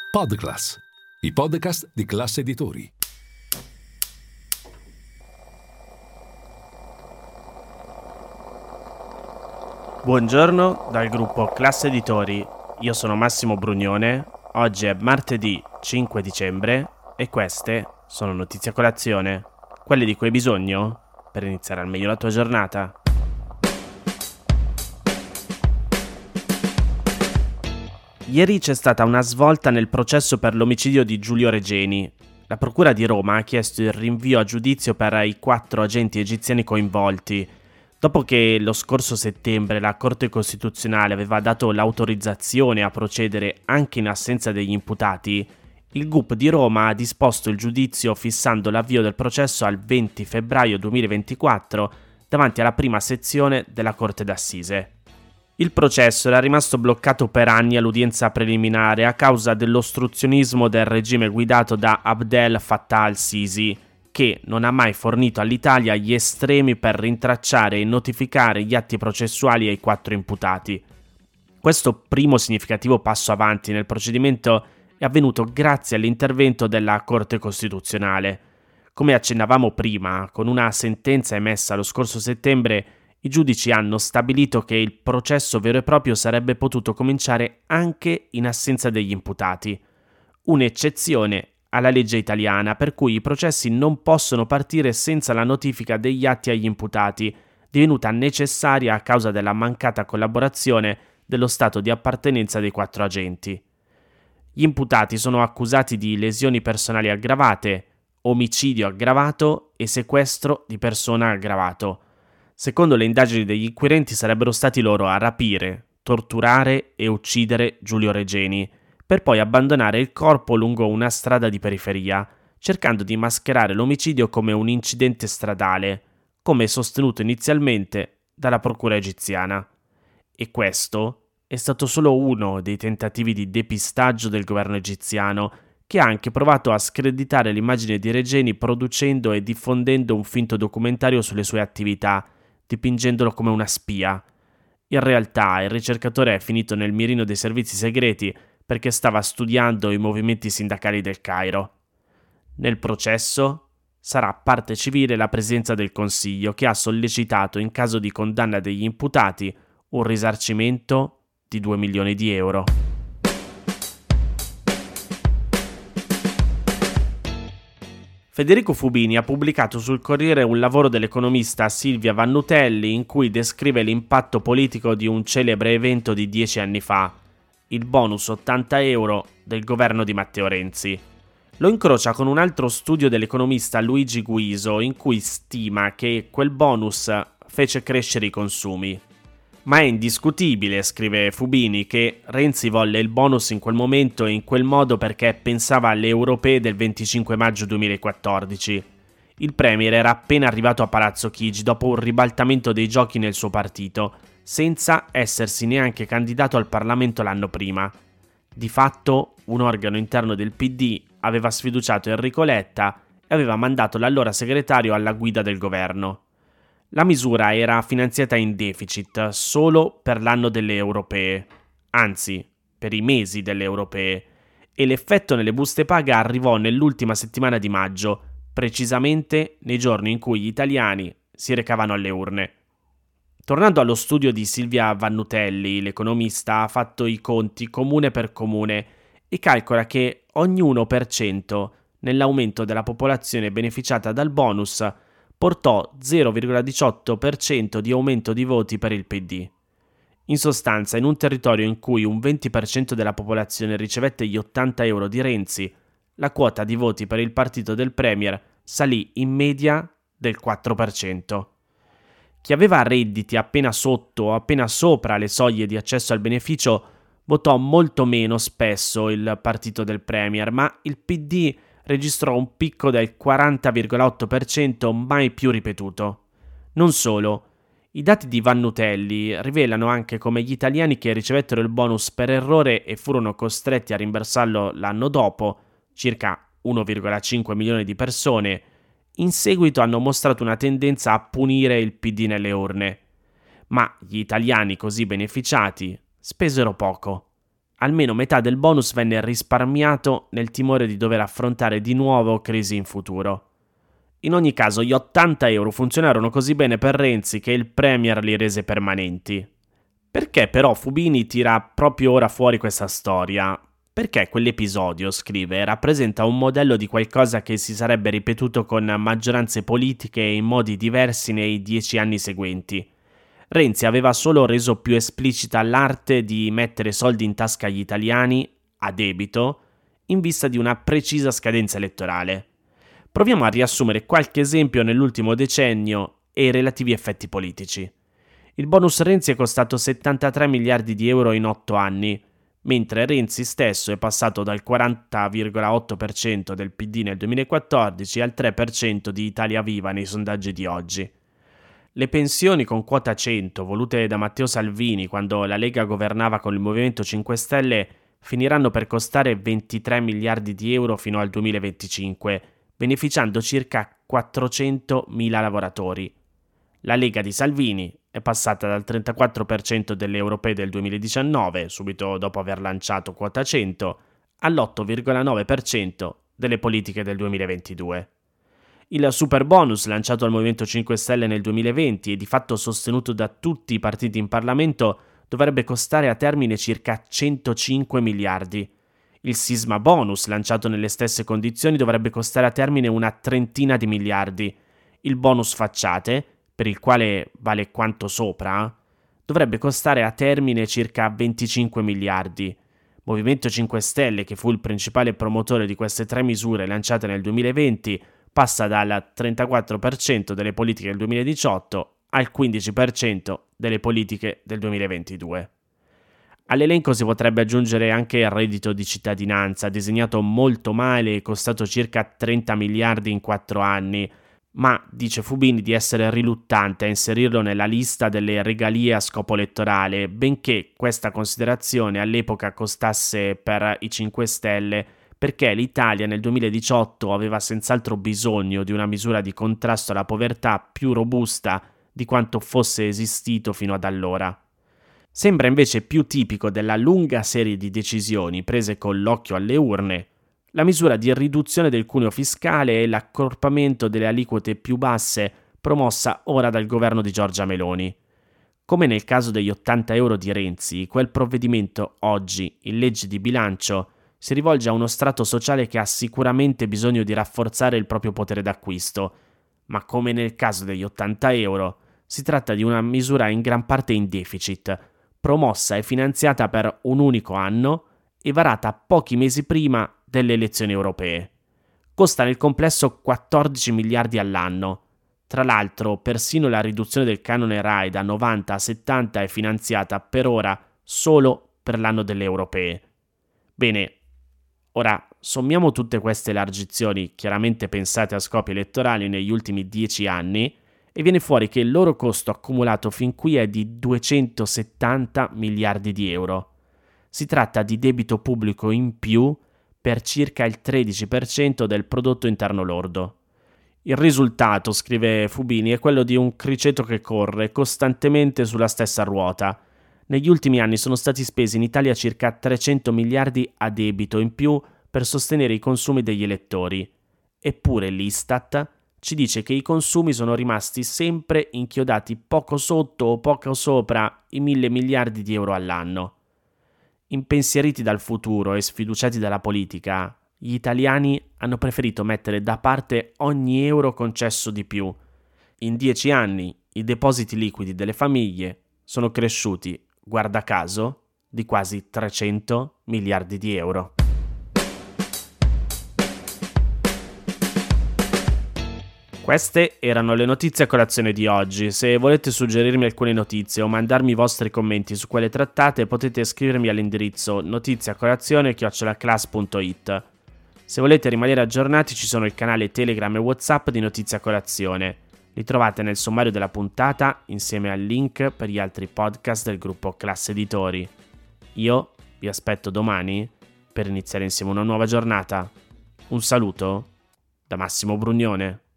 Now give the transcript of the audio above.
Podclass, i podcast di Classe Editori. Buongiorno dal gruppo Classe Editori, io sono Massimo Brugnone, oggi è martedì 5 dicembre e queste sono notizie a colazione, quelle di cui hai bisogno per iniziare al meglio la tua giornata. Ieri c'è stata una svolta nel processo per l'omicidio di Giulio Regeni. La Procura di Roma ha chiesto il rinvio a giudizio per i 4 agenti egiziani coinvolti. Dopo che lo scorso settembre la Corte Costituzionale aveva dato l'autorizzazione a procedere anche in assenza degli imputati, il GUP di Roma ha disposto il giudizio fissando l'avvio del processo al 20 febbraio 2024 davanti alla prima sezione della Corte d'Assise. Il processo era rimasto bloccato per anni all'udienza preliminare a causa dell'ostruzionismo del regime guidato da Abdel Fattah al-Sisi, che non ha mai fornito all'Italia gli estremi per rintracciare e notificare gli atti processuali ai 4 imputati. Questo primo significativo passo avanti nel procedimento è avvenuto grazie all'intervento della Corte Costituzionale. Come accennavamo prima, con una sentenza emessa lo scorso settembre, i giudici hanno stabilito che il processo vero e proprio sarebbe potuto cominciare anche in assenza degli imputati. Un'eccezione alla legge italiana per cui i processi non possono partire senza la notifica degli atti agli imputati, divenuta necessaria a causa della mancata collaborazione dello stato di appartenenza dei 4 agenti. Gli imputati sono accusati di lesioni personali aggravate, omicidio aggravato e sequestro di persona aggravato. Secondo le indagini degli inquirenti sarebbero stati loro a rapire, torturare e uccidere Giulio Regeni, per poi abbandonare il corpo lungo una strada di periferia, cercando di mascherare l'omicidio come un incidente stradale, come sostenuto inizialmente dalla procura egiziana. E questo è stato solo uno dei tentativi di depistaggio del governo egiziano, che ha anche provato a screditare l'immagine di Regeni producendo e diffondendo un finto documentario sulle sue attività, dipingendolo come una spia. In realtà il ricercatore è finito nel mirino dei servizi segreti perché stava studiando i movimenti sindacali del Cairo. Nel processo sarà parte civile la Presidenza del Consiglio, che ha sollecitato, in caso di condanna degli imputati, un risarcimento di 2 milioni di euro. Federico Fubini ha pubblicato sul Corriere un lavoro dell'economista Silvia Vannutelli in cui descrive l'impatto politico di un celebre evento di 10 anni fa, il bonus 80 euro del governo di Matteo Renzi. Lo incrocia con un altro studio dell'economista Luigi Guiso in cui stima che quel bonus fece crescere i consumi. Ma è indiscutibile, scrive Fubini, che Renzi volle il bonus in quel momento e in quel modo perché pensava alle europee del 25 maggio 2014. Il premier era appena arrivato a Palazzo Chigi dopo un ribaltamento dei giochi nel suo partito, senza essersi neanche candidato al Parlamento l'anno prima. Di fatto, un organo interno del PD aveva sfiduciato Enrico Letta e aveva mandato l'allora segretario alla guida del governo. La misura era finanziata in deficit solo per l'anno delle europee, anzi, per i mesi delle europee, e l'effetto nelle buste paga arrivò nell'ultima settimana di maggio, precisamente nei giorni in cui gli italiani si recavano alle urne. Tornando allo studio di Silvia Vannutelli, l'economista ha fatto i conti comune per comune e calcola che ogni 1% nell'aumento della popolazione beneficiata dal bonus portò 0,18% di aumento di voti per il PD. In sostanza, in un territorio in cui un 20% della popolazione ricevette gli 80 euro di Renzi, la quota di voti per il partito del Premier salì in media del 4%. Chi aveva redditi appena sotto o appena sopra le soglie di accesso al beneficio votò molto meno spesso il partito del Premier, ma il PD registrò un picco del 40,8% mai più ripetuto. Non solo, i dati di Vannutelli rivelano anche come gli italiani che ricevettero il bonus per errore e furono costretti a rimborsarlo l'anno dopo, circa 1,5 milioni di persone, in seguito hanno mostrato una tendenza a punire il PD nelle urne. Ma gli italiani così beneficiati spesero poco. almeno metà del bonus venne risparmiato nel timore di dover affrontare di nuovo crisi in futuro. In ogni caso, gli 80 euro funzionarono così bene per Renzi che il Premier li rese permanenti. Perché però Fubini tira proprio ora fuori questa storia? Perché quell'episodio, scrive, rappresenta un modello di qualcosa che si sarebbe ripetuto con maggioranze politiche in modi diversi nei 10 anni seguenti. Renzi aveva solo reso più esplicita l'arte di mettere soldi in tasca agli italiani, a debito, in vista di una precisa scadenza elettorale. Proviamo a riassumere qualche esempio nell'ultimo decennio e i relativi effetti politici. Il bonus Renzi è costato 73 miliardi di euro in 8 anni, mentre Renzi stesso è passato dal 40,8% del PD nel 2014 al 3% di Italia Viva nei sondaggi di oggi. Le pensioni con quota 100 volute da Matteo Salvini quando la Lega governava con il Movimento 5 Stelle finiranno per costare 23 miliardi di euro fino al 2025, beneficiando circa 400.000 lavoratori. La Lega di Salvini è passata dal 34% delle europee del 2019, subito dopo aver lanciato quota 100, all'8,9% delle politiche del 2022. Il super bonus lanciato dal Movimento 5 Stelle nel 2020 e di fatto sostenuto da tutti i partiti in Parlamento dovrebbe costare a termine circa 105 miliardi. Il sisma bonus lanciato nelle stesse condizioni dovrebbe costare a termine una trentina di miliardi. Il bonus facciate, per il quale vale quanto sopra, dovrebbe costare a termine circa 25 miliardi. Movimento 5 Stelle, che fu il principale promotore di queste tre misure lanciate nel 2020, passa dal 34% delle politiche del 2018 al 15% delle politiche del 2022. All'elenco si potrebbe aggiungere anche il reddito di cittadinanza, disegnato molto male e costato circa 30 miliardi in 4 anni, ma dice Fubini di essere riluttante a inserirlo nella lista delle regalie a scopo elettorale, benché questa considerazione all'epoca costasse per i 5 Stelle perché l'Italia nel 2018 aveva senz'altro bisogno di una misura di contrasto alla povertà più robusta di quanto fosse esistito fino ad allora. Sembra invece più tipico della lunga serie di decisioni prese con l'occhio alle urne la misura di riduzione del cuneo fiscale e l'accorpamento delle aliquote più basse promossa ora dal governo di Giorgia Meloni. Come nel caso degli 80 euro di Renzi, quel provvedimento oggi, in legge di bilancio, si rivolge a uno strato sociale che ha sicuramente bisogno di rafforzare il proprio potere d'acquisto, ma come nel caso degli 80 euro, si tratta di una misura in gran parte in deficit, promossa e finanziata per un unico anno e varata pochi mesi prima delle elezioni europee. Costa nel complesso 14 miliardi all'anno. Tra l'altro, persino la riduzione del canone RAI da 90 a 70 è finanziata per ora solo per l'anno delle europee. Bene, ora sommiamo tutte queste elargizioni chiaramente pensate a scopi elettorali negli ultimi 10 anni e viene fuori che il loro costo accumulato fin qui è di 270 miliardi di euro. Si tratta di debito pubblico in più per circa il 13% del prodotto interno lordo. Il risultato, scrive Fubini, è quello di un criceto che corre costantemente sulla stessa ruota. Negli ultimi anni sono stati spesi in Italia circa 300 miliardi a debito in più per sostenere i consumi degli elettori. Eppure l'Istat ci dice che i consumi sono rimasti sempre inchiodati poco sotto o poco sopra i 1.000 miliardi di euro all'anno. Impensieriti dal futuro e sfiduciati dalla politica, gli italiani hanno preferito mettere da parte ogni euro concesso di più. In 10 anni i depositi liquidi delle famiglie sono cresciuti, guarda caso, di quasi 300 miliardi di euro. Queste erano le notizie a colazione di oggi. Se volete suggerirmi alcune notizie o mandarmi i vostri commenti su quelle trattate, potete scrivermi all'indirizzo notiziacolazione@class.it. Se volete rimanere aggiornati, ci sono il canale Telegram e WhatsApp di Notizie a Colazione. Li trovate nel sommario della puntata insieme al link per gli altri podcast del gruppo Class Editori. Io vi aspetto domani per iniziare insieme una nuova giornata. Un saluto da Massimo Brugnone.